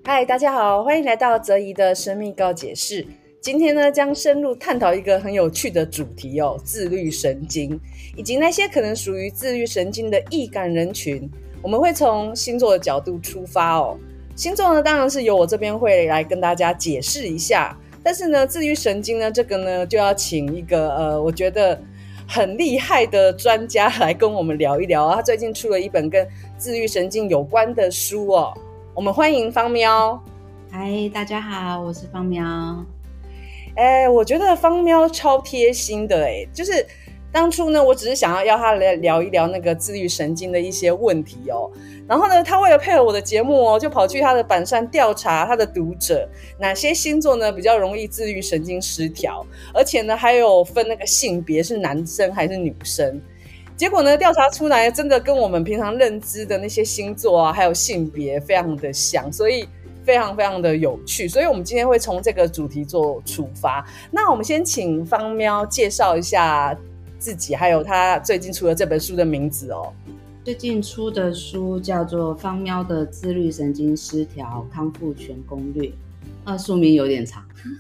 嗨，大家好，欢迎来到泽怡的生命告解室。今天呢，将深入探讨一个很有趣的主题哦，自律神经，以及那些可能属于自律神经的易感人群。我们会从星座的角度出发哦。星座呢，当然是由我这边会来跟大家解释一下。但是呢，自律神经呢，这个呢，就要请一个我觉得很厉害的专家来跟我们聊一聊。他最近出了一本跟自律神经有关的书哦。我们欢迎方喵。 嗨，大家好，我是方喵。 我觉得方喵超贴心的就是当初呢，我只是想要他来聊一聊那个自律神经的一些问题哦。然后呢，他为了配合我的节目哦，就跑去他的板上调查他的读者，哪些星座呢比较容易自律神经失调，而且呢还有分那个性别是男生还是女生。结果呢，调查出来真的跟我们平常认知的那些星座啊，还有性别非常的像，所以非常非常的有趣。所以我们今天会从这个主题做出发。那我们先请方喵介绍一下自己，还有他最近出的这本书的名字哦。 最近出的书叫做《方喵的自律神经失调康复全攻略》，书名有点长，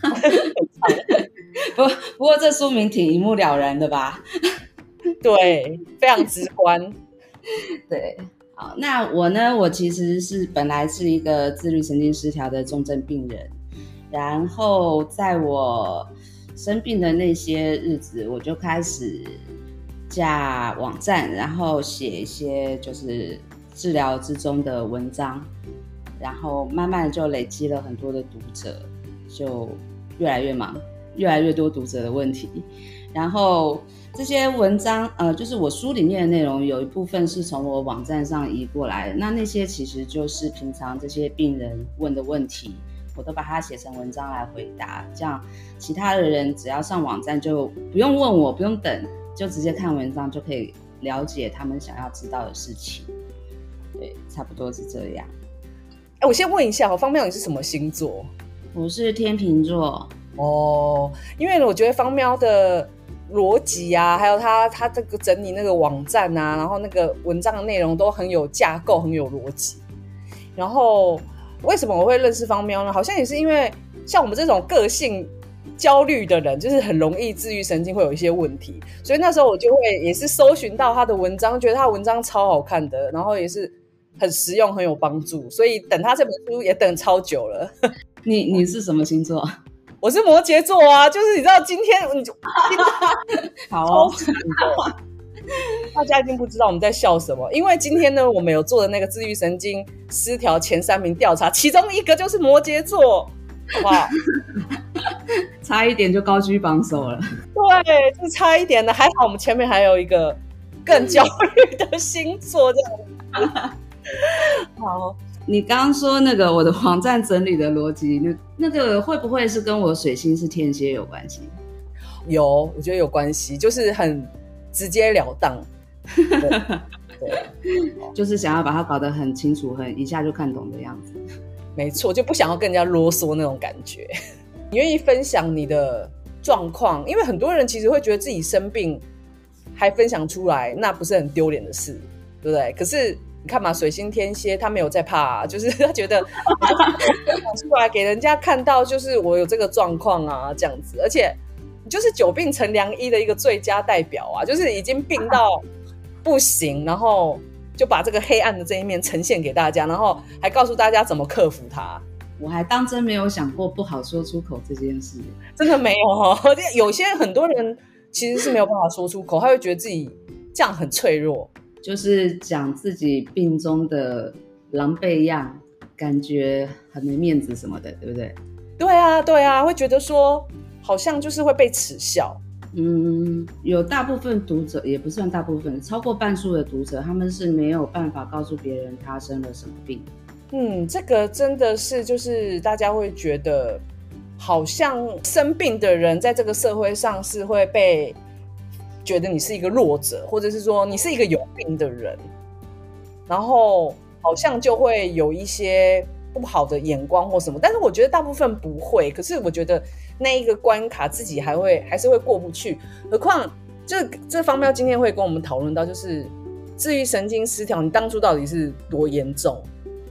不过这书名挺一目了然的吧？ 对，非常直观。 对，好，那我呢？我其实本来是一个自律神经失调的重症病人，然后在我生病的那些日子，我就开始架网站，然后写一些就是治疗之中的文章，然后慢慢就累积了很多的读者，就越来越忙，越来越多读者的问题，然后这些文章就是我书里面的内容有一部分是从我网站上移过来的，那些其实就是平常这些病人问的问题，我都把它写成文章来回答，这样其他的人只要上网站就不用问我，不用等，就直接看文章就可以了解他们想要知道的事情。对，差不多是这样。 我先问一下，方喵你是什么星座？ 我是天秤座。 哦，因为我觉得方喵的逻辑啊，还有他这个整理那个网站啊，然后那个文章的内容都很有架构，很有逻辑。然后为什么我会认识方喵呢？好像也是因为像我们这种个性焦虑的人，就是很容易自律神经会有一些问题，所以那时候我就会也是搜寻到他的文章，觉得他的文章超好看的，然后也是很实用，很有帮助，所以等他这本书也等超久了。 你是什么星座？ 我是摩羯座啊，就是你知道今天好哦， 大家一定不知道我们在笑什么，因为今天呢，我们有做的那个自律神经失调前3名调查，其中一个就是摩羯座，好不好？ 差一点就高居榜首了。 对，就差一点的，还好我们前面还有一个更焦虑的星座，这样子。好。 你刚刚说那个我的网站整理的逻辑，那个会不会是跟我水星是天蝎有关系？ 有，我觉得有关系，就是很直截了当。对， 就是想要把它搞得很清楚，很一下就看懂的样子。 没错，就不想要跟人家啰嗦那种感觉。你愿意分享你的状况，因为很多人其实会觉得自己生病还分享出来，那不是很丢脸的事，对不对？可是你看嘛，水星天蝎他没有在怕就是他觉得讲出来给人家看到，就是我有这个状况啊，这样子。而且你就是久病成良医的一个最佳代表啊，就是已经病到不行，然后就把这个黑暗的这一面呈现给大家，然后还告诉大家怎么克服它。 我还当真没有想过不好说出口这件事， 真的没有哦。有些很多人其实是没有办法说出口，他会觉得自己这样很脆弱。 就是讲自己病中的狼狈样，感觉很没面子什么的，对不对？ 对啊，会觉得说好像就是会被耻笑。 有大部分读者，也不算大部分，超过半数的读者，他们是没有办法告诉别人他生了什么病。 这个真的是就是大家会觉得好像生病的人在这个社会上是会被觉得你是一个弱者，或者是说你是一个有病的人，然后好像就会有一些不好的眼光或什么。但是我觉得大部分不会，可是我觉得那一个关卡自己还是会过不去。何况这方面今天会跟我们讨论到，就是自律神经失调，你当初到底是多严重？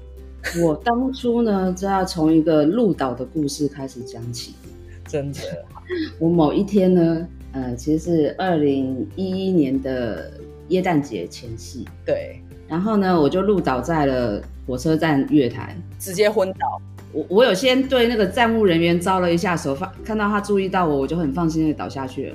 我当初呢，就要从一个鹿岛的故事开始讲起。 真的， 我某一天呢，其实是2011年的耶诞节前夕。 对。 然后呢，我就鹿岛在了火车站月台， 直接昏倒。 我有先对那个站务人员招了一下手，看到他注意到我就很放心的倒下去了。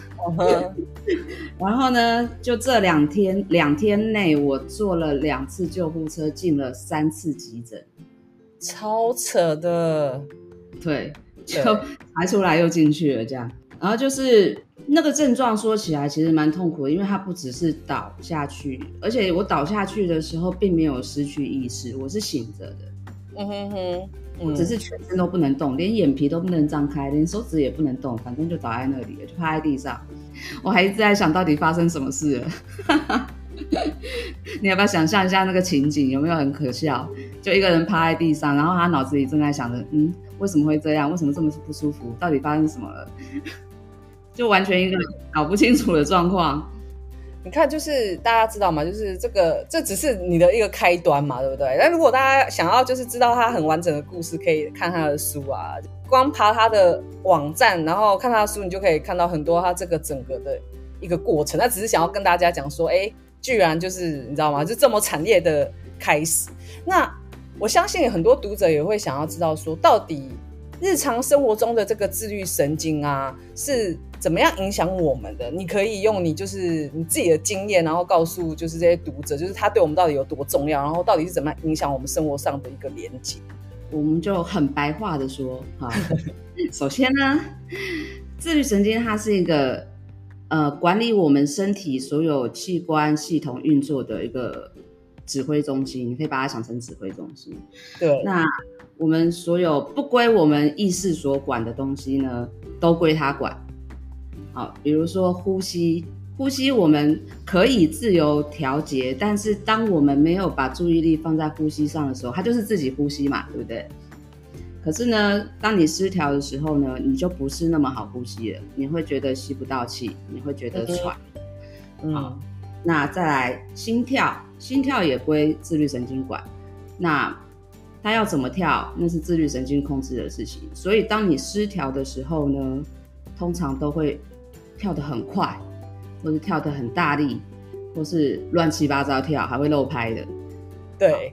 然后呢，就这两天内，我坐了2次救护车，进了3次急诊， 超扯的。 对，就排出来又进去了这样。然后就是那个症状说起来其实蛮痛苦的，因为它不只是倒下去，而且我倒下去的时候并没有失去意识，我是醒着的。我只是全身都不能动，连眼皮都不能张开，连手指也不能动，反正就倒在那里了，就趴在地上。我还一直在想到底发生什么事了。你要不要想象一下那个情景，有没有很可笑？就一个人趴在地上，然后他脑子里正在想着，为什么会这样？为什么这么不舒服？到底发生什么了？就完全一个搞不清楚的状况。 你看，就是大家知道吗？就是这只是你的一个开端嘛，对不对？但如果大家想要就是知道他很完整的故事，可以看他的书啊。光爬他的网站，然后看他的书，你就可以看到很多他这个整个的一个过程。他只是想要跟大家讲说，居然就是你知道吗？就这么惨烈的开始。那我相信很多读者也会想要知道说，到底日常生活中的这个自律神经啊，是怎么样影响我们的？你可以用你自己的经验，然后告诉就是这些读者，就是它对我们到底有多重要，然后到底是怎么样影响我们生活上的一个连结。 我们就很白话的说，首先呢，自律神经它是一个管理我们身体所有器官系统运作的一个指挥中心，你可以把它想成指挥中心。 对， 那我们所有不归我们意识所管的东西呢，都归它管。好，比如说呼吸我们可以自由调节，但是当我们没有把注意力放在呼吸上的时候，它就是自己呼吸嘛，对不对？可是呢，当你失调的时候呢，你就不是那么好呼吸了，你会觉得吸不到气，你会觉得喘。好，那再来心跳也归自律神经管。那它要怎么跳，那是自律神经控制的事情。所以当你失调的时候呢，通常都会跳得很快，或是跳得很大力，或是乱七八糟跳，还会漏拍的。 对，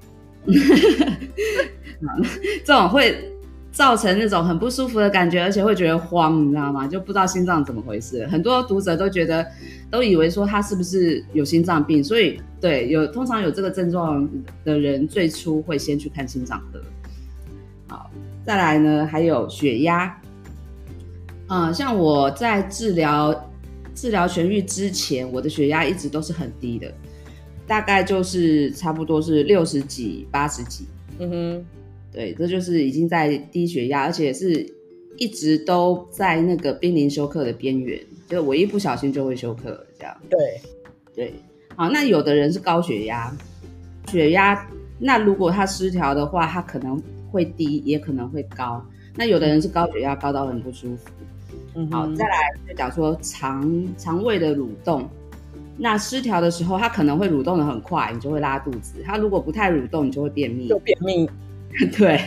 这种会造成那种很不舒服的感觉，而且会觉得慌，你知道吗？就不知道心脏怎么回事。很多读者都以为说他是不是有心脏病，所以对通常有这个症状的人，最初会先去看心脏科。好，再来呢，还有血压。像我在治疗痊愈之前，我的血压一直都是很低的，大概就是差不多是60几、80几。对，这就是已经在低血压，而且是一直都在那个濒临休克的边缘，就我一不小心就会休克了这样。对，好，那有的人是高血压，那如果他失调的话，他可能会低，也可能会高。那有的人是高血压，高到很不舒服。好，再来就讲说肠胃的蠕动，那失调的时候，它可能会蠕动的很快，你就会拉肚子；它如果不太蠕动，你就会便秘。对。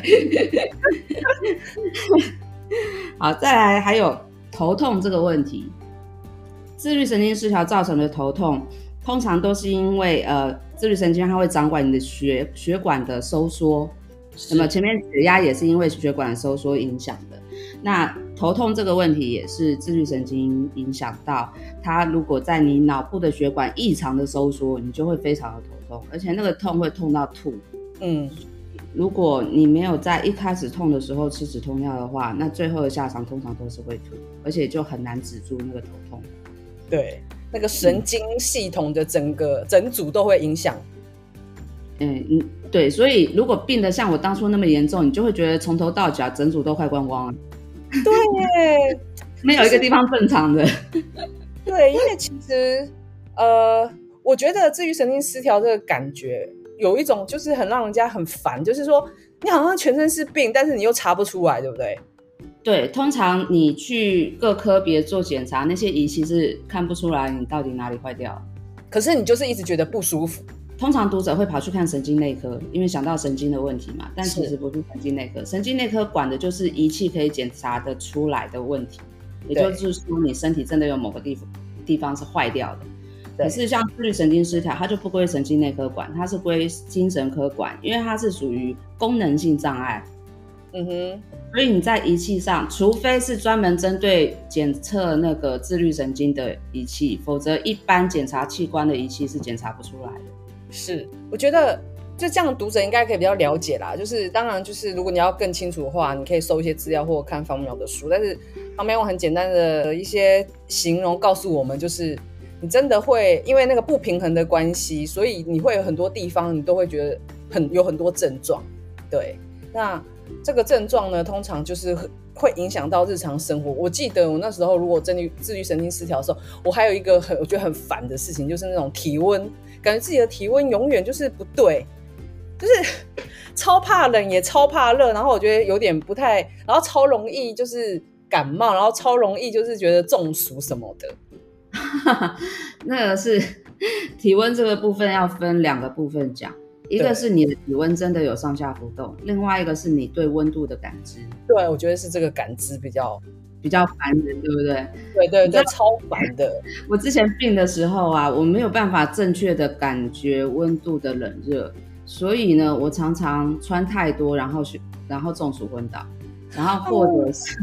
好，再来还有头痛这个问题，自律神经失调造成的头痛，通常都是因为自律神经它会掌管你的血管的收缩，那么前面血压也是因为血管的收缩影响的。那头痛这个问题也是自律神经影响到，它如果在你脑部的血管异常的收缩，你就会非常的头痛，而且那个痛会痛到吐。如果你没有在一开始痛的时候吃止痛药的话，那最后的下场通常都是会吐，而且就很难止住那个头痛。 对，那个神经系统的整组都会影响。 对，所以如果病得像我当初那么严重，你就会觉得从头到脚整组都快光光了。 对耶， 没有一个地方正常的。 对，因为其实我觉得至于神经失调这个感觉有一种就是很让人家很烦，就是说你好像全身是病，但是你又查不出来，对不对？ 对，通常你去各科别做检查，那些仪器是看不出来你到底哪里坏掉了， 可是你就是一直觉得不舒服。 通常读者会跑去看神经内科，因为想到神经的问题嘛，但其实不是神经内科，神经内科管的就是仪器可以检查得出来的问题，也就是说你身体真的有某个地方是坏掉的。可是像自律神经失调，它就不归神经内科管，它是归精神科管，因为它是属于功能性障碍。所以你在仪器上，除非是专门针对检测那个自律神经的仪器，否则一般检查器官的仪器是检查不出来的。 是，我觉得就这样读者应该可以比较了解啦，就是当然就是如果你要更清楚的话，你可以搜一些资料或看芳苗的书，但是芳苗用很简单的一些形容告诉我们，就是你真的会因为那个不平衡的关系，所以你会有很多地方你都会觉得有很多症状。对，那这个症状呢，通常就是会影响到日常生活。我记得我那时候如果自律神经失调的时候，我还有一个我觉得很烦的事情，就是那种体温，感觉自己的体温永远就是不对，就是超怕冷也超怕热，然后我觉得有点不太，然后超容易就是感冒，然后超容易就是觉得中暑什么的。 那个是体温这个部分要分2个部分讲。一个是你的体温真的有上下浮动，另外一个是你对温度的感知。 对，我觉得是这个感知比较烦人，对不对？ 对对对，超烦的。 我之前病的时候啊，我没有办法正确的感觉温度的冷热，所以呢，我常常穿太多，然后中暑昏倒，然后或者是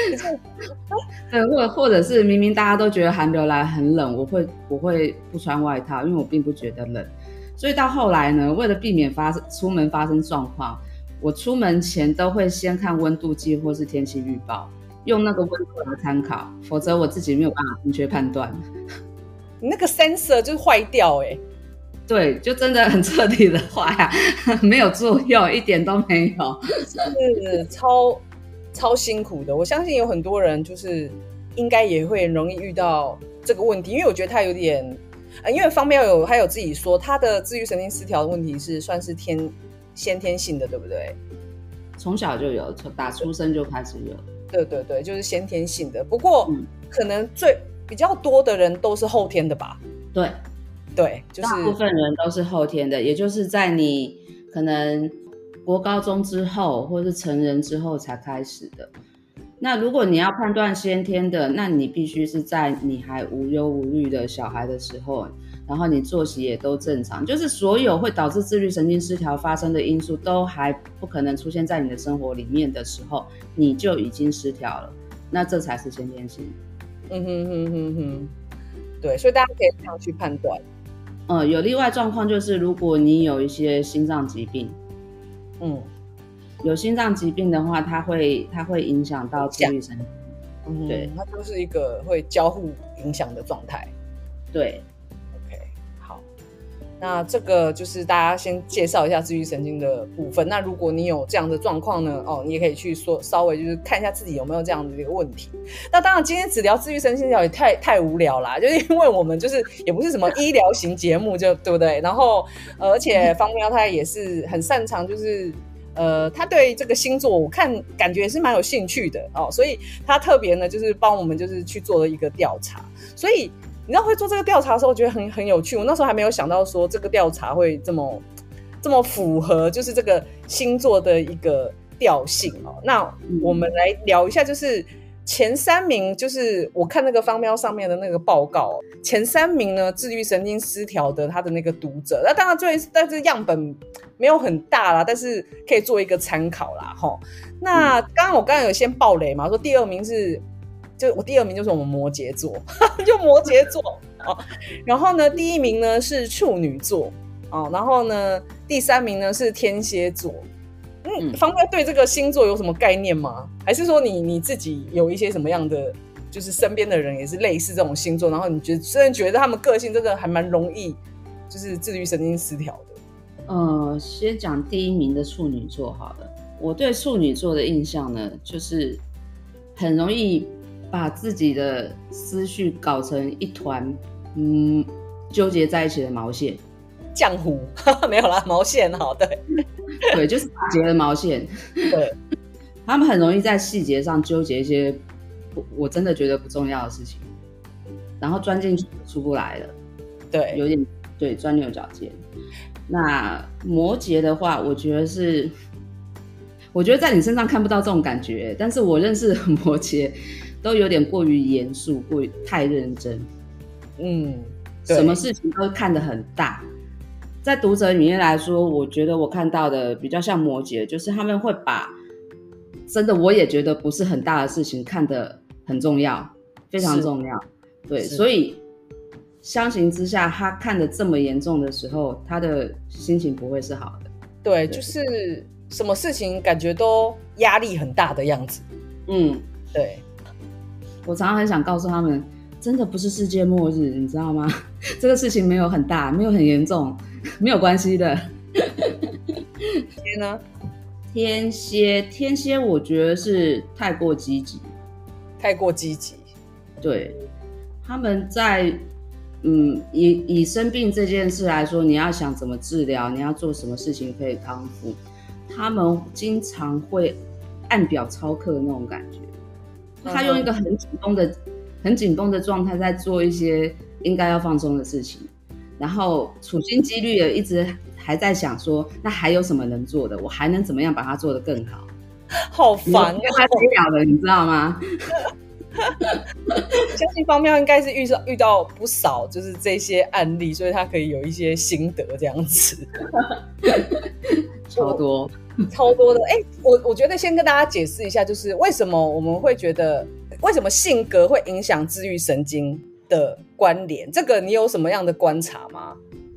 对，或者是明明大家都觉得寒流来很冷，我会不穿外套，因为我并不觉得冷。所以到后来呢，为了避免出门发生状况，我出门前都会先看温度计或是天气预报，用那个温度来参考，否则我自己没有办法正确判断。 你那个 sensor 就是坏掉欸。 对，就真的很彻底的坏啊，没有作用，一点都没有。 是超辛苦的。我相信有很多人就是应该也会很容易遇到这个问题，因为我觉得他有点因为方喵还有自己说他的自律神经失调的问题是算是先天性的，对不对？ 从小就有，打出生就开始有。 对对对，就是先天性的。不过可能比较多的人都是后天的吧？ 对对，就是大部分人都是后天的，也就是在你可能国高中之后或是成人之后才开始的。那如果你要判断先天的，那你必须是在你还无忧无虑的小孩的时候，然后你作息也都正常，就是所有会导致自律神经失调发生的因素都还不可能出现在你的生活里面的时候，你就已经失调了，那这才是先天性。 对，所以大家可以这样去判断。 有例外状况，就是如果你有一些心脏疾病，有心脏疾病的话，它会影响到自律神经。对， 它就是一个会交互影响的状态。 对 ，OK， 好，那这个就是大家先介绍一下自律神经的部分。那如果你有这样的状况呢，你也可以去稍微就是看一下自己有没有这样的一个问题。那当然，今天只聊自律神经失调也太无聊啦，就是因为我们就是也不是什么医疗型节目，就对不对？然后而且方喵他也是很擅长，就是他对这个星座我感觉也是蛮有兴趣的所以他特别呢就是帮我们就是去做了一个调查。所以你知道会做这个调查的时候，我觉得很有趣。我那时候还没有想到说这个调查会这么符合就是这个星座的一个调性那我们来聊一下，就是前3名，就是我看那个芳喵上面的那个报告前3名呢，自律神经失调的他的那个读者。那当然但是样本没有很大啦，但是可以做一个参考啦那我刚刚有先爆雷嘛，说第2名我第2名就是我们摩羯座就摩羯座然后呢第1名呢是处女座然后呢第3名呢是天蝎座。方哥对这个星座有什么概念吗？还是说你自己有一些什么样的，就是身边的人也是类似这种星座，然后你真的觉得他们个性真的还蛮容易就是自律神经失调的？ 先讲第1名的处女座好了。我对处女座的印象呢，就是很容易把自己的思绪搞成一团纠结在一起的毛线。 浆糊没有啦，毛线对，就是打结的毛线。对，他们很容易在细节上纠结一些我真的觉得不重要的事情，然后钻进去出不来了。 对， 有点对，钻牛角尖。那摩羯的话，我觉得在你身上看不到这种感觉，但是我认识的摩羯都有点过于严肃，过于太认真。什么事情都看得很大。在读者里面来说，我觉得我看到的比较像摩羯，就是他们会把真的我也觉得不是很大的事情看得很重要，非常重要。对，所以相形之下，他看得这么严重的时候，他的心情不会是好的。 对，就是什么事情感觉都压力很大的样子。对。 我常常很想告诉他们，真的不是世界末日，你知道吗？这个事情没有很大，没有很严重，没有关系的。 天呢？ 天蝎我觉得是太过积极。对，他们在以生病这件事来说，你要想怎么治疗，你要做什么事情可以康复，他们经常会按表操课的那种感觉。他用一个很紧绷的状态在做一些应该要放松的事情，然后处心积虑的一直还在想说，那还有什么能做的，我还能怎么样把它做得更好。 好烦啊， 他没了的，你知道吗？ 相信方喵应该是遇到不少就是这些案例，所以他可以有一些心得这样子。 超多的。我觉得先跟大家解释一下，就是为什么我们会觉得为什么性格会影响自律神经的关联，这个你有什么样的观察吗？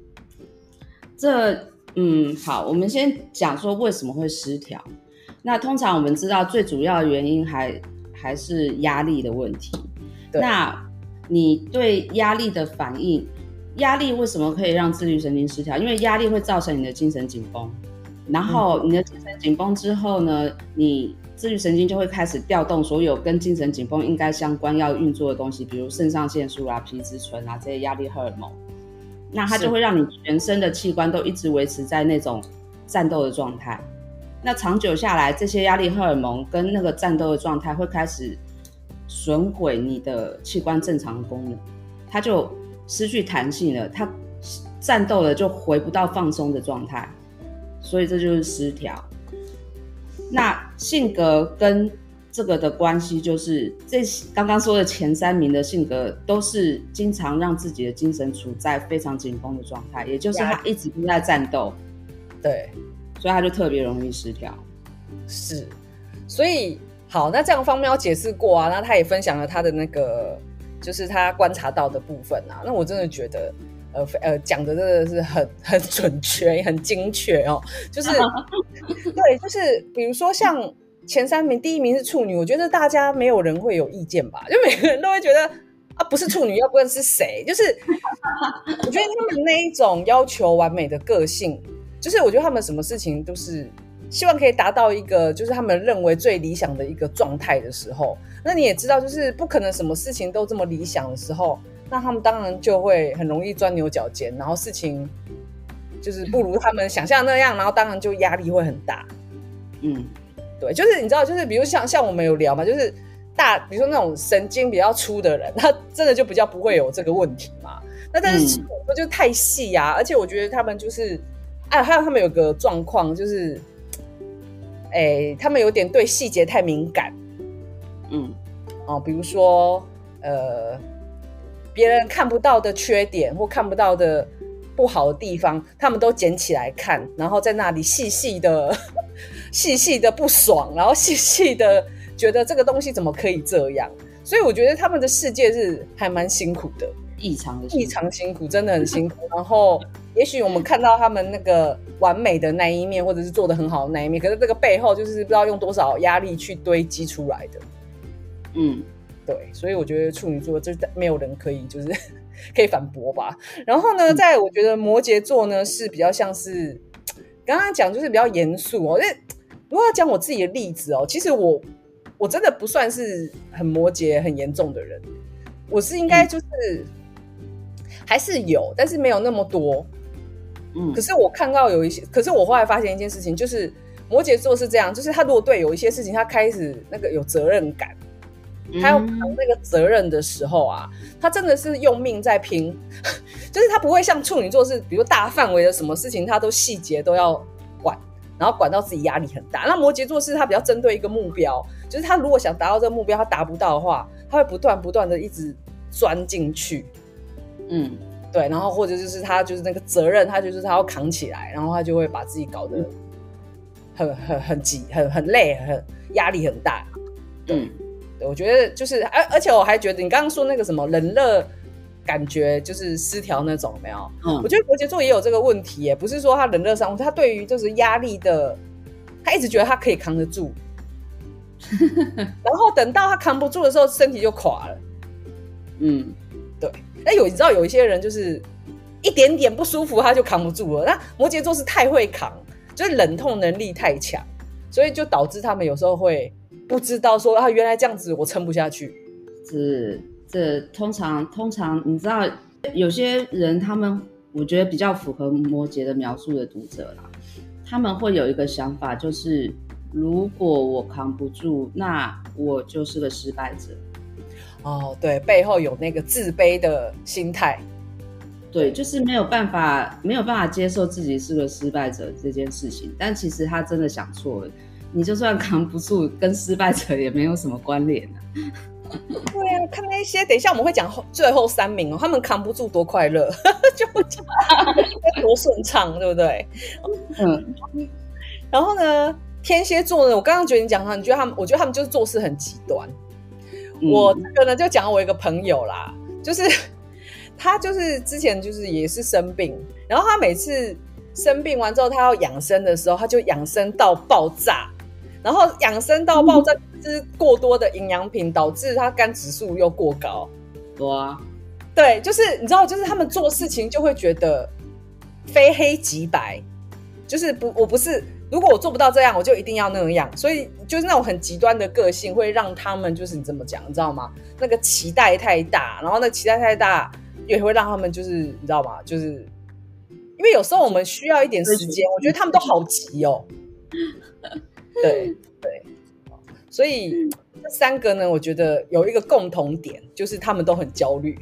好，我们先讲说为什么会失调。那通常我们知道最主要的原因还是压力的问题。那你对压力的反应，压力为什么可以让自律神经失调？因为压力会造成你的精神紧绷，然后你的精神紧绷之后呢，你自律神经就会开始调动所有跟精神紧绷应该相关要运作的东西，比如肾上腺素啦、皮质醇啦这些压力荷尔蒙。那它就会让你全身的器官都一直维持在那种战斗的状态。那长久下来，这些压力荷尔蒙跟那个战斗的状态会开始损毁你的器官正常的功能，它就失去弹性了，它战斗了就回不到放松的状态，所以这就是失调。那性格跟这个的关系就是刚刚说的前3名的性格都是经常让自己的精神处在非常紧绷的状态，也就是他一直都在战斗。 对， 所以他就特别容易失调。 是，所以好，那这样方喵解释过啊，那他也分享了他的那个就是他观察到的部分啊，那我真的觉得讲的真的是很准确很精确哦，就是对，就是比如说像前3名，第1名是处女，我觉得大家没有人会有意见吧，就每个人都会觉得啊，不是处女要不然是谁，就是我觉得他们那一种要求完美的个性，就是我觉得他们什么事情都是希望可以达到一个就是他们认为最理想的一个状态的时候，那你也知道就是不可能什么事情都这么理想的时候，那他们当然就会很容易钻牛角尖，然后事情就是不如他们想象那样，然后当然就压力会很大。对，就是你知道，就是比如像我们有聊嘛，就是比如说那种神经比较粗的人，他真的就比较不会有这个问题嘛。那但是我就太细啊，而且我觉得他们就是还有他们有个状况就是，他们有点对细节太敏感。比如说别人看不到的缺点或看不到的不好的地方，他们都捡起来看，然后在那里细细的不爽，然后细细的觉得这个东西怎么可以这样，所以我觉得他们的世界是还蛮辛苦的，异常辛苦，真的很辛苦。然后也许我们看到他们那个完美的那一面，或者是做得很好的那一面，可是这个背后就是不知道用多少压力去堆积出来的。对，所以我觉得处女座这没有人可以就是可以反驳吧。然后呢，再我觉得摩羯座呢是比较像是刚刚讲就是比较严肃哦。如果要讲我自己的例子哦，其实我真的不算是很摩羯很严重的人，我是应该就是还是有，但是没有那么多。可是我看到有一些，可是我后来发现一件事情，就是摩羯座是这样，就是他如果对有一些事情他开始那个有责任感， 他要扛那个责任的时候啊，他真的是用命在拼，就是他不会像处女座是，比如大范围的什么事情，他都细节都要管，然后管到自己压力很大。那摩羯座是他比较针对一个目标，就是他如果想达到这个目标，他达不到的话，他会不断的一直钻进去。对，然后或者就是他就是那个责任，他就是他要扛起来，然后他就会把自己搞得很急、很累、很压力很大。对，我觉得就是，而且我还觉得你刚刚说那个什么冷热感觉就是失调那种，有没有？我觉得摩羯座也有这个问题耶，不是说他冷热上，他对于就是压力的，他一直觉得他可以扛得住，然后等到他扛不住的时候，身体就垮了。对。你知道有一些人就是一点点不舒服他就扛不住了，那摩羯座是太会扛，就是忍痛能力太强，所以就导致他们有时候会不知道说啊，原来这样子我撑不下去。 这通常你知道有些人他们我觉得比较符合摩羯的描述的读者啦，他们会有一个想法，就是如果我扛不住，那我就是个失败者。 对，背后有那个自卑的心态。 对，就是没有办法接受自己是个失败者这件事情，但其实他真的想错了，你就算扛不住，跟失败者也没有什么关联啊。 对啊，看那些，等一下我们会讲最后3名他们扛不住多快乐，就多顺畅，对不对？然后呢，天蝎座呢，我刚刚觉得你讲他，我觉得他们就是做事很极端。我这个呢就讲我一个朋友啦，就是他就是之前就是也是生病，然后他每次生病完之后他要养生的时候，他就养生到爆炸，然后养生到爆炸吃过多的营养品，导致他肝指数又过高。对，就是你知道，就是他们做事情就会觉得非黑即白，就是我不是，如果我做不到这样，我就一定要那样，所以就是那种很极端的个性会让他们就是你怎么讲，你知道吗？那个期待太大，然后那期待太大也会让他们就是你知道吗？就是因为有时候我们需要一点时间，我觉得他们都好急哦。对，所以这3个呢，我觉得有一个共同点，就是他们都很焦虑。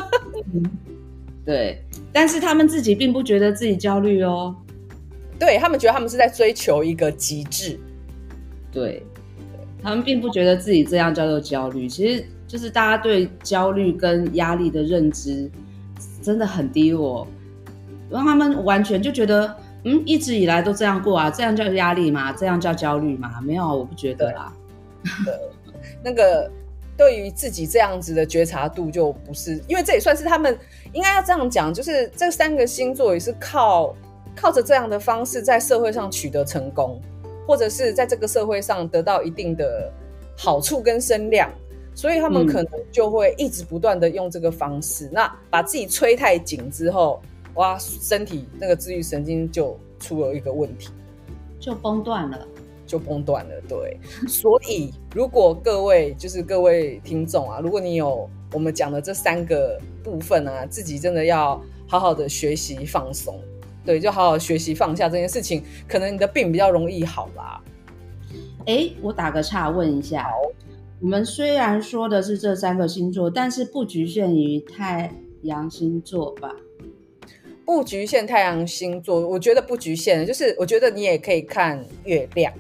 对，但是他们自己并不觉得自己焦虑哦。 对，他们觉得他们是在追求一个极致。 对，他们并不觉得自己这样叫做焦虑，其实就是大家对焦虑跟压力的认知真的很低落，然后他们完全就觉得一直以来都这样过啊，这样叫压力吗？这样叫焦虑吗？没有，我不觉得啦。 对，那个对于自己这样子的觉察度就不是，因为这也算是他们应该要这样讲，就是这3个星座也是靠着这样的方式在社会上取得成功，或者是在这个社会上得到一定的好处跟声量，所以他们可能就会一直不断的用这个方式，那把自己催太紧之后，哇，身体那个自律神经就出了一个问题， 就崩断了。 对。所以如果各位听众啊，如果你有我们讲的这3个部分啊，自己真的要好好的学习放松，对，就好好学习放下这件事情，可能你的病比较容易好啦。 我打个岔问一下，我们虽然说的是这3个星座，但是不局限于太阳星座吧？ 不局限太阳星座，我觉得不局限，就是我觉得你也可以看月亮。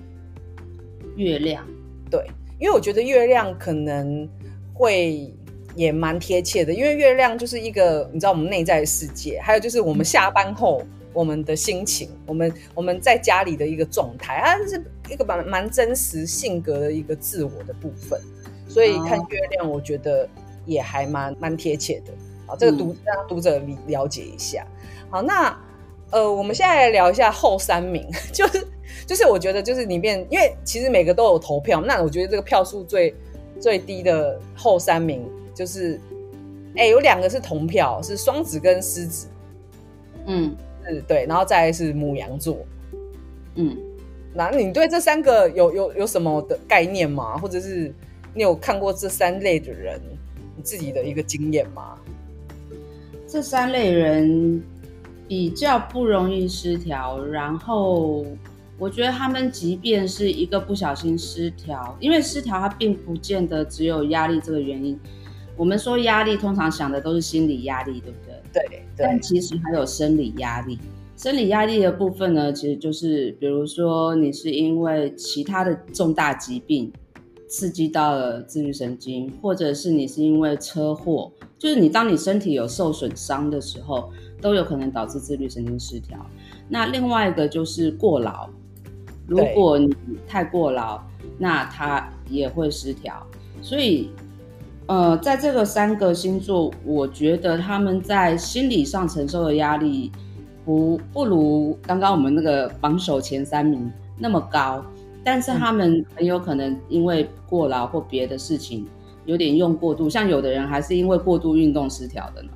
对，因为我觉得月亮可能会也蛮贴切的，因为月亮就是一个你知道我们内在的世界，还有就是我们下班后我们的心情，我们在家里的一个状态，它是一个蛮真实性格的一个自我的部分，所以看月亮我觉得也还蛮贴切的。好，这个让读者了解一下。好，那我们现在来聊一下后3名，就是我觉得就是里面，因为其实每个都有投票，那我觉得这个票数最低的后3名就是有2个是同票，是双子跟狮子。对，然后再来是牡羊座。那你对这3个有什么的概念吗？或者是你有看过这3类的人你自己的一个经验吗？ 这3类人比较不容易失调，然后我觉得他们即便是一个不小心失调，因为失调它并不见得只有压力这个原因。我们说压力通常想的都是心理压力，对不对？ 对， 但其实还有生理压力。生理压力的部分呢，其实就是比如说你是因为其他的重大疾病刺激到了自律神经，或者是你是因为车祸，就是当你身体有受损伤的时候，都有可能导致自律神经失调。那另外一个就是过劳，如果你太过劳，那它也会失调。所以在这个3个星座，我觉得他们在心理上承受的压力不如刚刚我们那个榜首前3名那么高，但是他们很有可能因为过劳或别的事情有点用过度，像有的人还是因为过度运动失调的呢。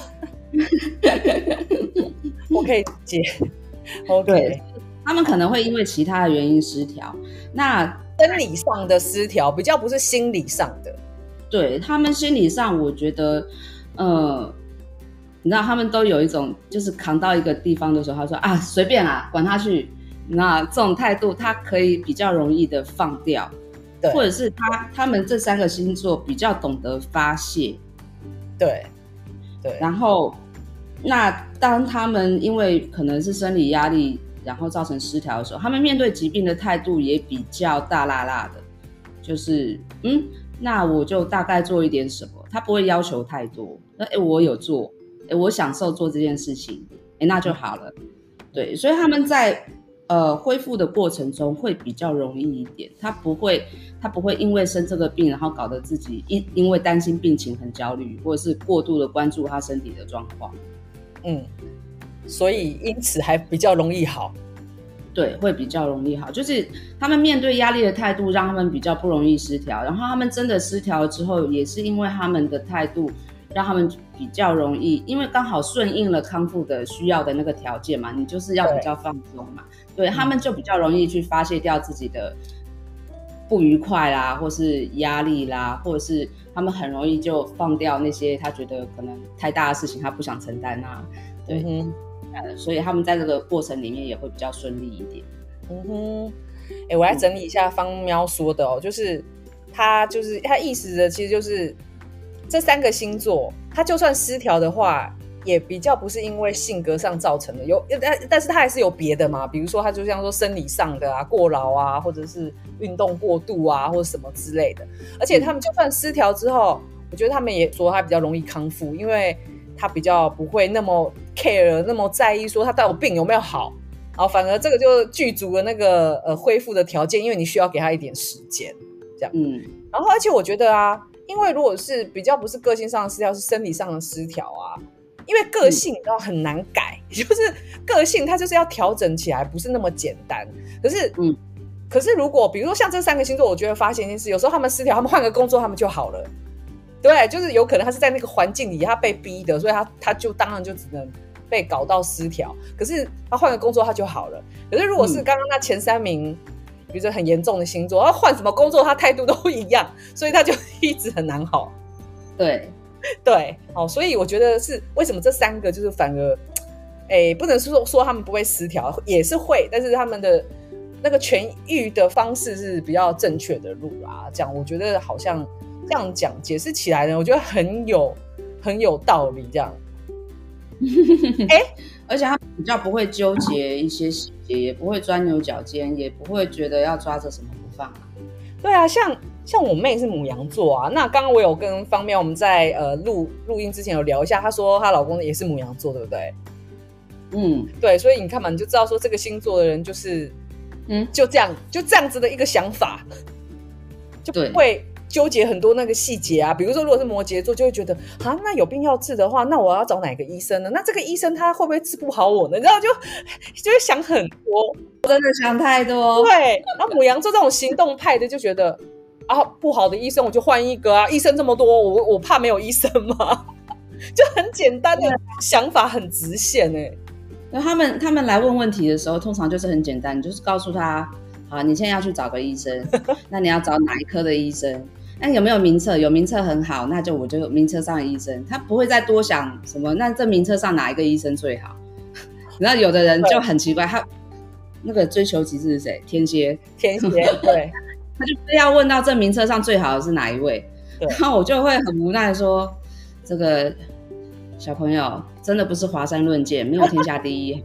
我可以理解。OK， 对，他们可能会因为其他的原因失调。那生理上的失调比较不是心理上的。 对，他们心理上，我觉得，你知道，他们都有一种，就是扛到一个地方的时候，他说啊，随便啊，管他去。那这种态度，他可以比较容易的放掉，或者是他们这3个星座比较懂得发泄。 对。 然后，那当他们因为可能是生理压力，然后造成失调的时候，他们面对疾病的态度也比较大辣辣的，就是那我就大概做一点什么，他不会要求太多。我有做，我享受做这件事情，那就好了。对，所以他们在恢复的过程中会比较容易一点，他不会因为生这个病，然后搞得自己因为担心病情很焦虑，或者是过度的关注他身体的状况。 所以因此还比较容易好。 对，会比较容易好，就是他们面对压力的态度让他们比较不容易失调，然后他们真的失调之后，也是因为他们的态度让他们比较容易，因为刚好顺应了康复的需要的那个条件嘛，你就是要比较放松嘛，对，他们就比较容易去发泄掉自己的不愉快啦，或是压力啦，或者是他们很容易就放掉那些他觉得可能太大的事情他不想承担啊，对，所以他们在这个过程里面也会比较顺利一点。 我来整理一下方喵说的就是他意思的其实就是这3个星座，他就算失调的话，也比较不是因为性格上造成的，但是他还是有别的嘛，比如说他就像说生理上的啊，过劳啊，或者是运动过度啊，或者什么之类的。而且他们就算失调之后，我觉得他们也说他比较容易康复，因为他比较不会那么 care 那么在意说他到底病有没有好，然后反而这个就具足了那个恢复的条件，因为你需要给他一点时间这样。然后而且我觉得啊，因为如果是比较不是个性上的失调，是生理上的失调啊，因为个性你知道很难改，就是个性它就是要调整起来，不是那么简单。可是如果比如说像这3个星座，我觉得发现一件事，有时候他们失调，他们换个工作他们就好了。对，就是有可能他是在那个环境里他被逼的，所以他就当然就只能被搞到失调，可是他换个工作他就好了。可是如果是刚刚那前3名比如说很严重的星座，他换什么工作他态度都一样，所以他就一直很难好。 对， 所以我觉得是为什么这3个就是反而不能说他们不会失调，也是会，但是他们的那个痊愈的方式是比较正确的路啦。这样我觉得好像这样讲解释起来呢，我觉得很有道理这样。 而且他比较不会纠结一些细节，也不会钻牛角尖，也不会觉得要抓着什么不放。 对啊，像我妹是牡羊座啊，那刚刚我有跟方喵我们在录音之前有聊一下，她说她老公也是牡羊座，对不对？对，所以你看嘛，你就知道说这个星座的人就是就这样子的一个想法，就不会纠结很多那个细节啊。比如说如果是摩羯座，就会觉得那有病要治的话，那我要找哪个医生呢？那这个医生他会不会治不好我呢？你知道就会想很多， 真的想太多。 对，然后牡羊座这种行动派的就觉得不好的医生我就换一个啊，医生这么多，我怕没有医生嘛。就很简单的想法，很直线他们来问问题的时候，通常就是很简单，你就是告诉他，好，你现在要去找个医生，那你要找哪一科的医生？那有没有名册？有名册很好，那我就名册上的医生，他不会再多想什么。那这名册上哪一个医生最好？然后有的人就很奇怪， 那个追求极致是谁？天蝎。 天蝎对， 他就非要问到证明车上最好的是哪一位，然后我就会很无奈说，这个小朋友真的不是华山论剑，没有天下第一。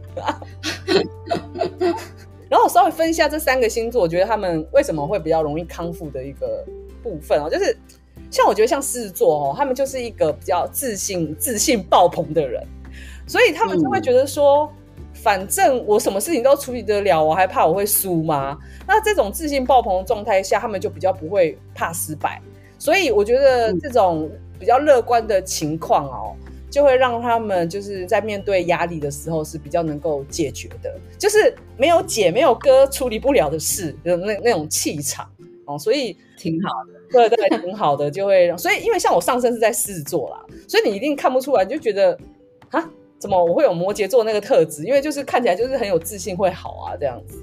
然后我稍微分一下这3个星座，我觉得他们为什么会比较容易康复的一个部分哦，就是像我觉得像狮子座哦，他们就是一个比较自信爆棚的人，所以他们就会觉得说，反正我什么事情都处理得了，我还怕我会输吗？那这种自信爆棚的状态下，他们就比较不会怕失败，所以我觉得这种比较乐观的情况哦，就会让他们就是在面对压力的时候是比较能够解决的，就是没有姐没有哥处理不了的事的那种气场哦，所以挺好的。 对对，挺好的，就会让，所以因为像我上升是在狮子座啦，所以你一定看不出来，你就觉得啊，怎么我会有摩羯座那个特质？因为就是看起来就是很有自信，会好啊这样子。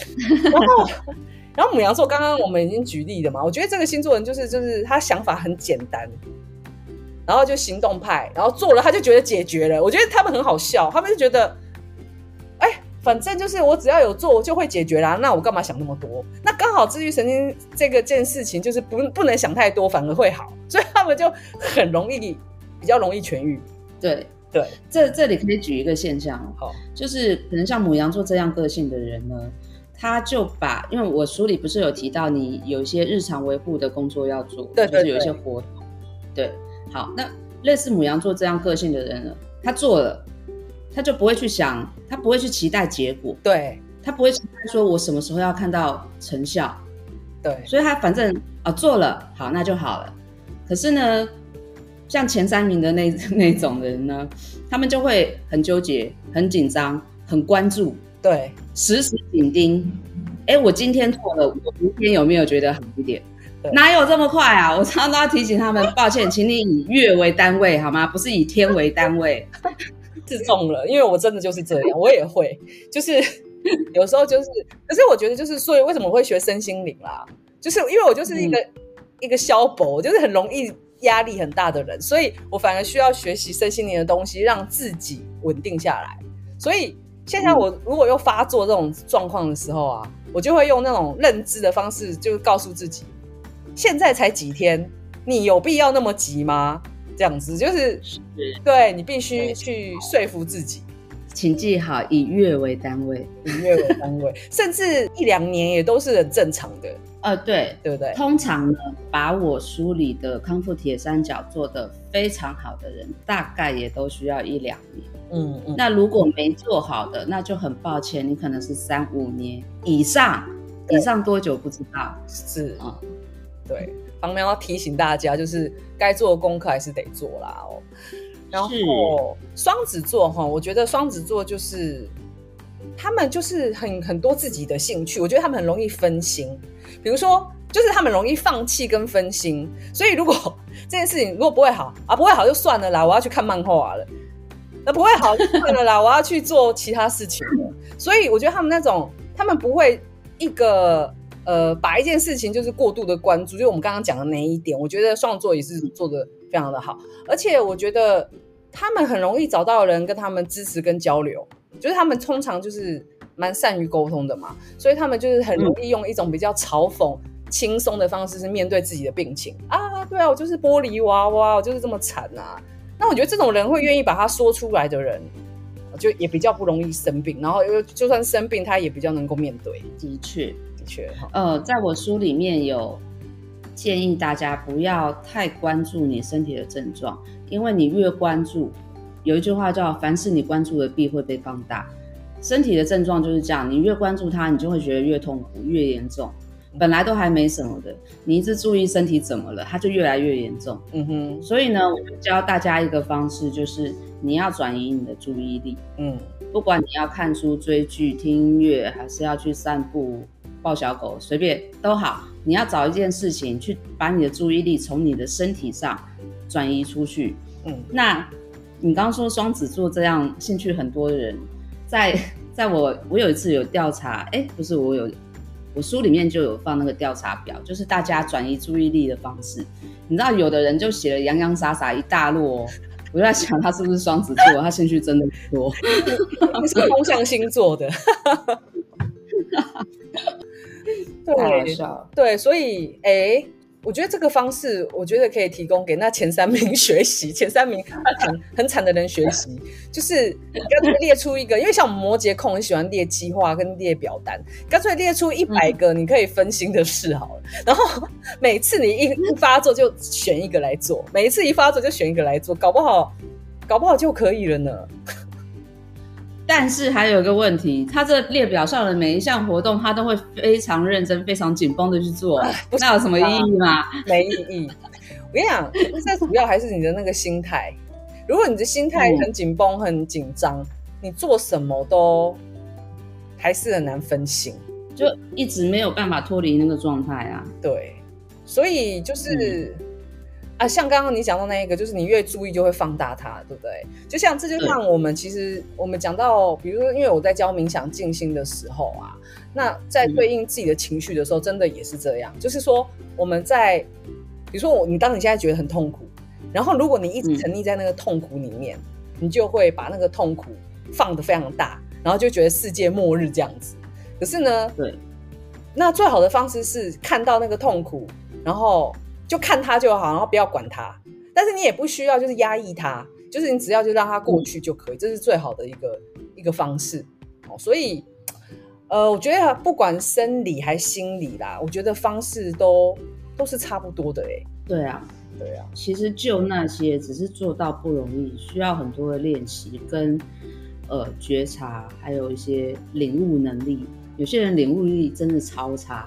然后牡羊座刚刚我们已经举例了嘛，我觉得这个星座人就是他想法很简单，然后就行动派，然后做了他就觉得解决了。我觉得他们很好笑，他们就觉得，反正就是我只要有做我就会解决啦，那我干嘛想那么多？那刚好自律神经这件事情就是不能想太多，反而会好，所以他们就比较容易痊愈。 对对， 这里可以举一个现象哦， 好， 就是可能像牡羊座这样个性的人呢，他就把，因为我书里不是有提到你有一些日常维护的工作要做， 对， 就是有一些活动，对，好，那类似牡羊座这样个性的人呢，他做了，他就不会去想，他不会去期待结果， 对， 他不会期待说我什么时候要看到成效， 对， 所以他反正做了，好，那就好了。可是呢，像前3名的那种人呢，他们就会很纠结、很紧张、很关注， 对， 时时紧盯。我今天做了，我明天有没有觉得好一点？哪有这么快啊！我常常都要提醒他们，抱歉，请你以月为单位好吗？不是以天为单位。 自重了，因为我真的就是这样，我也会，就是有时候就是，可是我觉得就是，所以为什么我会学身心灵啦？就是因为我就是一个小博，就是很容易压力很大的人，所以我反而需要学习身心灵的东西，让自己稳定下来。所以现在我如果又发作这种状况的时候啊，我就会用那种认知的方式，就告诉自己，现在才几天，你有必要那么急吗？这样子就是对，你必须去说服自己， 请记好，以月为单位， 以月为单位，甚至1-2年也都是很正常的。 对， 对不对？ 通常呢，把我书里的康复铁三角做得非常好的人，大概也都需要1-2年。那如果没做好的，那就很抱歉，你可能是3-5年以上多久不知道。 是对，方喵要提醒大家，就是该做的功课还是得做啦哦。然后双子座哈，我觉得双子座就是他们就是很多自己的兴趣，我觉得他们很容易分心。比如说，就是他们容易放弃跟分心，所以如果这件事情如果不会好不会好就算了啦，我要去看漫画了。那不会好就算了啦，我要去做其他事情了。所以我觉得他们那种，他们不会把一件事情就是过度的关注，就是我们刚刚讲的那一点，我觉得双子座也是做得非常的好，而且我觉得他们很容易找到人跟他们支持跟交流，就是他们通常就是蛮善于沟通的嘛，所以他们就是很容易用一种比较嘲讽、轻松的方式是面对自己的病情啊，对啊，我就是玻璃娃娃，我就是这么惨啊。那我觉得这种人会愿意把它说出来的人，就也比较不容易生病，然后就算生病，他也比较能够面对。 的确，在我书里面有建议大家不要太关注你身体的症状，因为你越关注，有一句话叫凡是你关注的必会被放大。身体的症状就是这样，你越关注它，你就会觉得越痛苦越严重，本来都还没什么的，你一直注意身体怎么了，它就越来越严重。所以呢，我就教大家一个方式，就是你要转移你的注意力。不管你要看书、追剧、听音乐，还是要去散步、抱小狗，随便都好，你要找一件事情去把你的注意力从你的身体上转移出去。那你刚刚说双子座这样兴趣很多的人，在我有一次有调查，不是我书里面就有放那个调查表，就是大家转移注意力的方式。你知道有的人就写了洋洋洒洒一大摞我就在想他是不是双子座，他兴趣真的多。 你是风象星座的。 太好笑了。 对，所以我觉得这个方式，我觉得可以提供给那前3名学习，前3名很惨的人学习，就是你干脆列出一个，因为像我们摩羯控很喜欢列计划跟列表单，干脆列出100个你可以分心的事好了，然后每次你一发作就选一个来做，每一次一发作就选一个来做，搞不好就可以了呢。 但是还有一个问题，他这列表上的每一项活动，他都会非常认真、非常紧绷的去做，那有什么意义吗？ 没意义。我跟你讲，这主要还是你的那个心态。如果你的心态很紧绷、很紧张，你做什么都还是很难分心， 就一直没有办法脱离那个状态啊。 对，所以就是像刚刚你讲到那一个，就是你越注意就会放大它，对不对？这就像我们其实我们讲到，比如说，因为我在教冥想静心的时候啊，那在对应自己的情绪的时候，真的也是这样。就是说，我们在比如说当你现在觉得很痛苦，然后如果你一直沉溺在那个痛苦里面，你就会把那个痛苦放得非常大，然后就觉得世界末日这样子。可是呢，对，那最好的方式是看到那个痛苦，然后就看它就好，然后不要管它。但是你也不需要就是压抑它，就是你只要就让它过去就可以，这是最好的一个方式。所以我觉得不管生理还心理啦，我觉得方式都是差不多的。 对啊，其实就那些只是做到不容易，需要很多的练习跟觉察，还有一些领悟能力。有些人领悟力真的超差。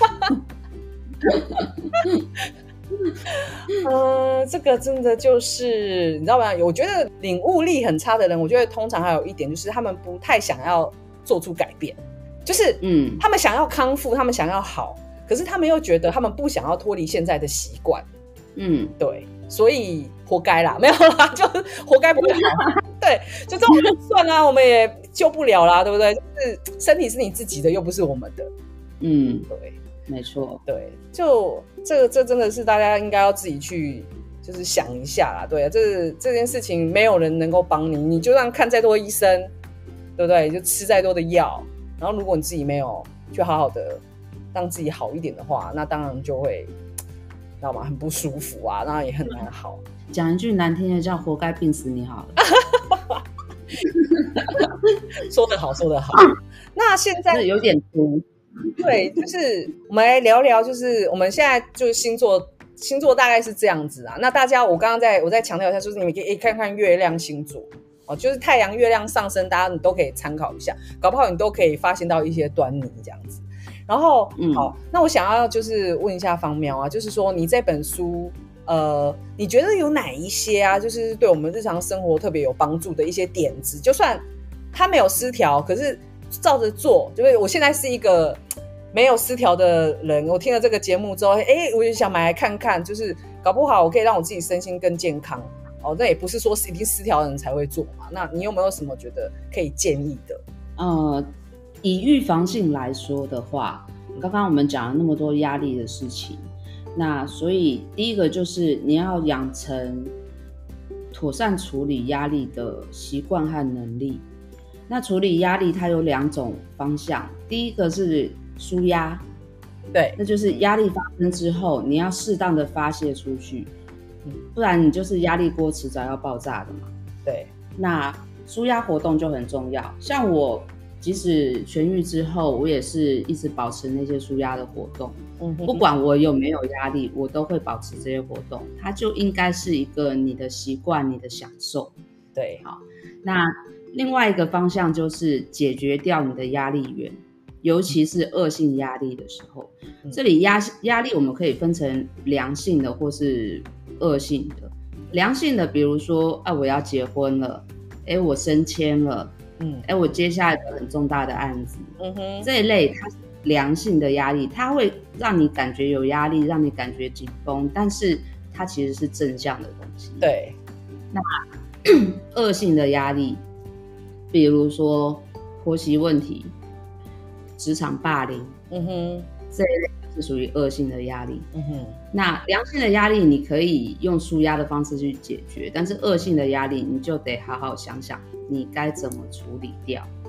这个真的就是你知道吗？我觉得领悟力很差的人，我觉得通常还有一点就是他们不太想要做出改变，就是他们想要康复，他们想要好，可是他们又觉得他们不想要脱离现在的习惯。对，所以活该啦，没有啦，就是活该不会好。对，就这种人算啦，我们也救不了啦，对不对？就是身体是你自己的，又不是我们的。对， 没错。 对，就这真的是大家应该要自己去就是想一下啦。对啊，这件事情没有人能够帮你，你就算看再多医生，对不对？就吃再多的药，然后如果你自己没有去好好的让自己好一点的话，那当然就会知道吗？很不舒服啊，那也很难好。 讲一句难听的，叫活该病死你好了。 说得好，说得好。那现在有点毒。 对，就是我们来聊聊，就是我们现在就是星座大概是这样子啊。那大家，我再强调一下，就是你们可以看看月亮星座就是太阳、月亮上升，大家你都可以参考一下，搞不好你都可以发现到一些端倪这样子。然后好，那我想要就是问一下芳喵啊，就是说你这本书你觉得有哪一些啊，就是对我们日常生活特别有帮助的一些点子，就算它没有失调，可是照着做，就是我现在是一个没有失调的人，我听了这个节目之后我就想买来看看，就是搞不好我可以让我自己身心更健康那也不是说一定失调的人才会做嘛。那你有没有什么觉得可以建议的？ 以预防性来说的话，刚刚我们讲了那么多压力的事情，那所以第一个就是你要养成妥善处理压力的习惯和能力。那处理压力它有2种方向，第一个是抒压，对，那就是压力发生之后你要适当的发泄出去，不然你就是压力锅迟早要爆炸的嘛。对，那抒压活动就很重要，像我即使痊愈之后，我也是一直保持那些抒压的活动，不管我有没有压力，我都会保持这些活动，它就应该是一个你的习惯，你的享受。对，好，那另外一个方向就是解决掉你的压力源，尤其是恶性压力的时候。这里压力我们可以分成良性的或是恶性的。良性的比如说我要结婚了，我升迁了，我接下来有很重大的案子，这一类它是良性的压力，它会让你感觉有压力，让你感觉紧绷，但是它其实是正向的东西。对，那恶性的压力比如说婆媳问题、职场霸凌，这一类是属于恶性的压力。那良性的压力你可以用抒压的方式去解决，但是恶性的压力你就得好好想想你该怎么处理掉。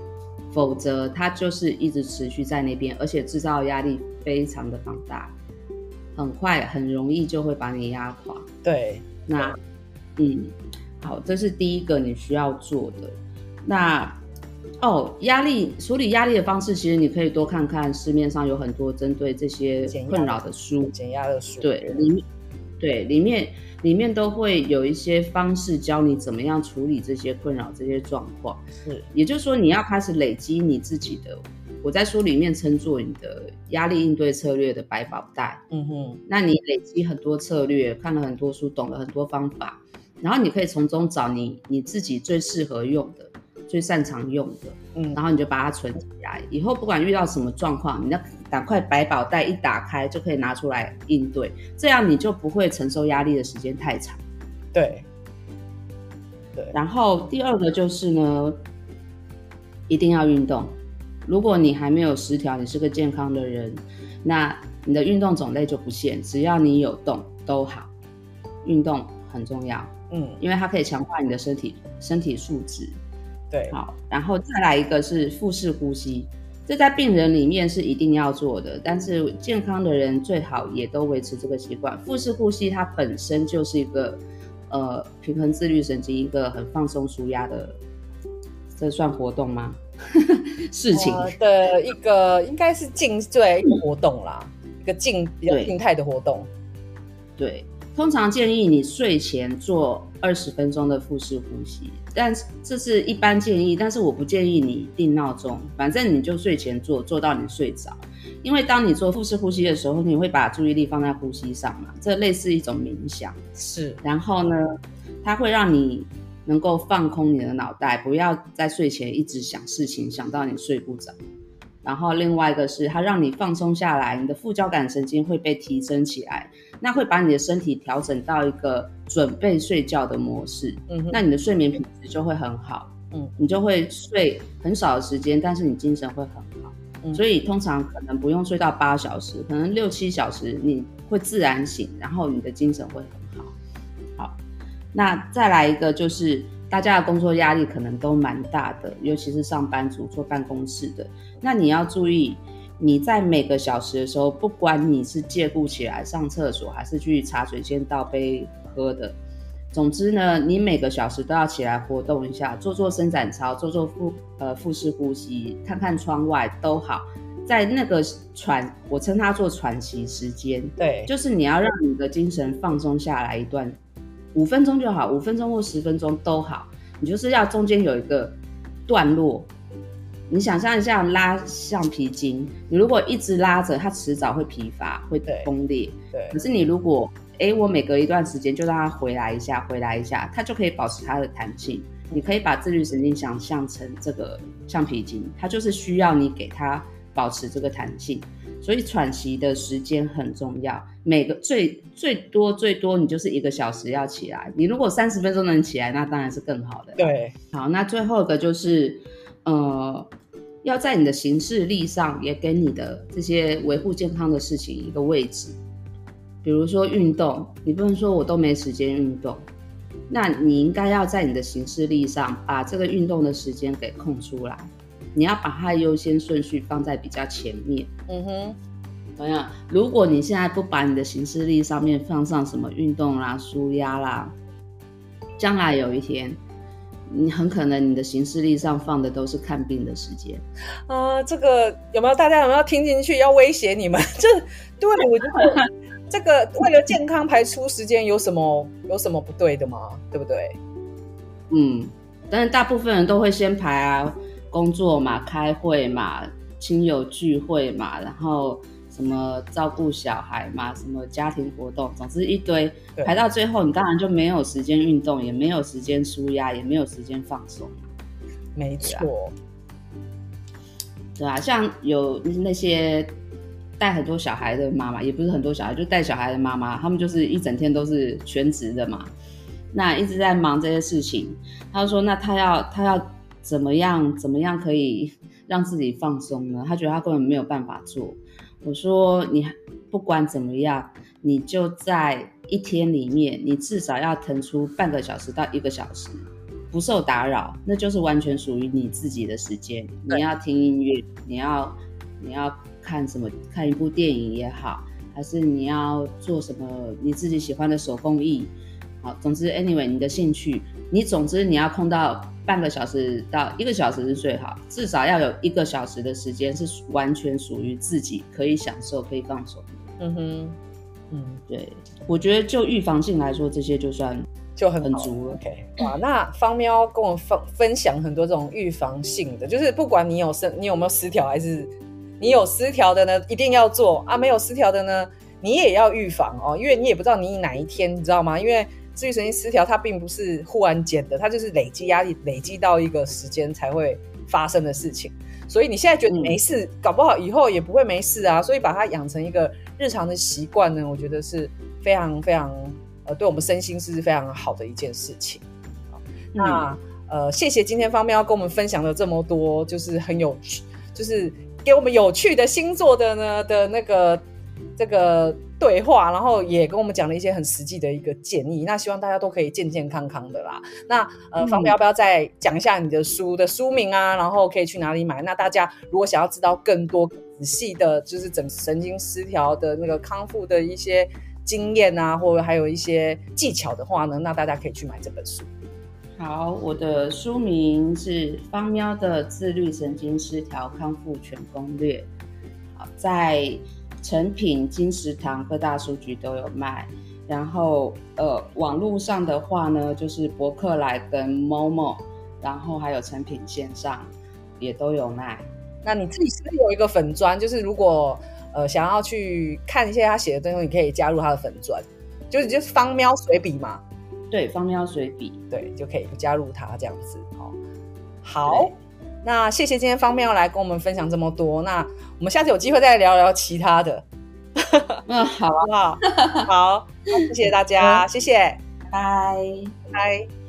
否则它就是一直持续在那边，而且制造压力非常的庞大，很快很容易就会把你压垮。 对， 那好，这是第一个你需要做的。那处理压力的方式，其实你可以多看看市面上有很多针对这些困扰的书， 减压的书， 对，里面都会有一些方式教你怎么样处理这些困扰、这些状况。 是， 也就是说，你要开始累积你自己的，我在书里面称作你的压力应对策略的百宝袋。那你累积很多策略，看了很多书，懂了很多方法，然后你可以从中找你自己最适合用的。最擅长用的，然后你就把它存起来，以后不管遇到什么状况，你要赶快百宝袋一打开就可以拿出来应对，这样你就不会承受压力的时间太长。 对。 然后第二个就是呢，一定要运动。如果你还没有失调，你是个健康的人，那你的运动种类就不限，只要你有动都好。运动很重要，因为它可以强化你的身体素质。 对， 好，然后再来一个是腹式呼吸，这在病人里面是一定要做的，但是健康的人最好也都维持这个习惯。腹式呼吸它本身就是一个平衡自律神经，一个很放松舒压的，这算活动吗？事情的一个应该是一个活动啦，一个比较静态的活动。 对，通常建议你睡前做20分钟的腹式呼吸，但这是一般建议，但是我不建议你定闹钟，反正你就睡前做到你睡着。因为当你做腹式呼吸的时候，你会把注意力放在呼吸上嘛，这类似一种冥想。 是， 然后呢，它会让你能够放空你的脑袋，不要在睡前一直想事情，想到你睡不着。然后另外一个是它让你放松下来，你的副交感神经会被提升起来，那会把你的身体调整到一个准备睡觉的模式。那你的睡眠品质就会很好。你就会睡很少的时间，但是你精神会很好。所以通常可能不用睡到8小时，可能6-7小时你会自然醒，然后你的精神会很好。好，那再来一个就是大家的工作压力可能都蛮大的，尤其是上班族坐办公室的，那你要注意你在每个小时的时候，不管你是借故起来上厕所还是去茶水间倒杯喝的，总之呢，你每个小时都要起来活动一下，做伸展操，做腹式呼吸，看看窗外都好。在那个我称它做喘息时间， 对， 就是你要让你的精神放松下来一段，5分钟就好，5分钟或10分钟都好，你就是要中间有一个段落。你想象一下拉橡皮筋，你如果一直拉着，它迟早会疲乏，会崩裂。 对。 可是你如果我每隔一段时间就让它回来一下，它就可以保持它的弹性。你可以把自律神经想象成这个橡皮筋，它就是需要你给它保持这个弹性。所以喘息的时间很重要，每个最多你就是1个小时要起来。你如果30分钟能起来，那当然是更好的。 对， 好，那最后一个就是要在你的行事历上也给你的这些维护健康的事情一个位置。比如说运动，你不能说我都没时间运动，那你应该要在你的行事历上把这个运动的时间给空出来，你要把它的优先顺序放在比较前面。怎么样？如果你现在不把你的行事历上面放上什么运动啦、舒压啦，将来有一天你很可能你的行事历上放的都是看病的时间。 这个大家有没有听进去？要威胁你们？对，我觉得这个为了健康排出时间有什么不对的吗？对不对？ 但是大部分人都会先排工作嘛、开会嘛、亲友聚会嘛，然后什么照顾小孩嘛，什么家庭活动，总之一堆，排到最后你当然就没有时间运动，也没有时间舒压，也没有时间放松。 没错， 对啊，像有那些带很多小孩的妈妈，也不是很多小孩，就带小孩的妈妈，他们就是一整天都是全职的嘛，那一直在忙这些事情。他就说，那他要怎么样可以让自己放松呢？他觉得他根本没有办法做。我说，你不管怎么样，你就在一天里面，你至少要腾出半个小时到1个小时， 不受打扰，那就是完全属于你自己的时间。你要听音乐，你要看什么，看一部电影也好，还是你要做什么你自己喜欢的手工艺，好，总之 anyway 你的兴趣，总之你要空到半个小时到1个小时是最好，至少要有1个小时的时间是完全属于自己，可以享受可以放松的。对，我觉得就预防性来说，这些就算就很足了。 OK， 哇，那方喵跟我分享很多这种预防性的，就是不管你有没有失调，还是你有失调的呢，一定要做啊；没有失调的呢，你也要预防哦，因为你也不知道你哪一天，你知道吗？因为自律神经失调它并不是忽然间的，它就是累积压力，累积到一个时间才会发生的事情。所以你现在觉得没事，搞不好以后也不会没事啊。所以把它养成一个日常的习惯呢，我觉得是非常非常对我们身心是非常好的一件事情。那谢谢今天方喵跟我们分享了这么多，就是很有趣，就是给我们有趣的星座的呢的那个这个对话，然后也跟我们讲了一些很实际的一个建议。那希望大家都可以健健康康的啦。那方喵要不要再讲一下你的书的书名啊？然后可以去哪里买？那大家如果想要知道更多仔细的，就是整神经失调的那个康复的一些经验啊，或者还有一些技巧的话呢，那大家可以去买这本书。 好，我的书名是方喵的自律神经失调康复全攻略。好，在诚品、金石堂各大书局都有卖，然后网络上的话呢，就是博客来跟 Momo， 然后还有诚品线上也都有卖。 那你自己是不是有一个粉专？就是如果想要去看一些他写的东西，你可以加入他的粉专，就是方喵随笔嘛。 对，方喵随笔， 对，就可以加入他这样子。好，那谢谢今天方喵来跟我们分享这么多。那我们下次有机会再聊聊其他的。 好啊， 好，谢谢大家，谢谢， 拜拜。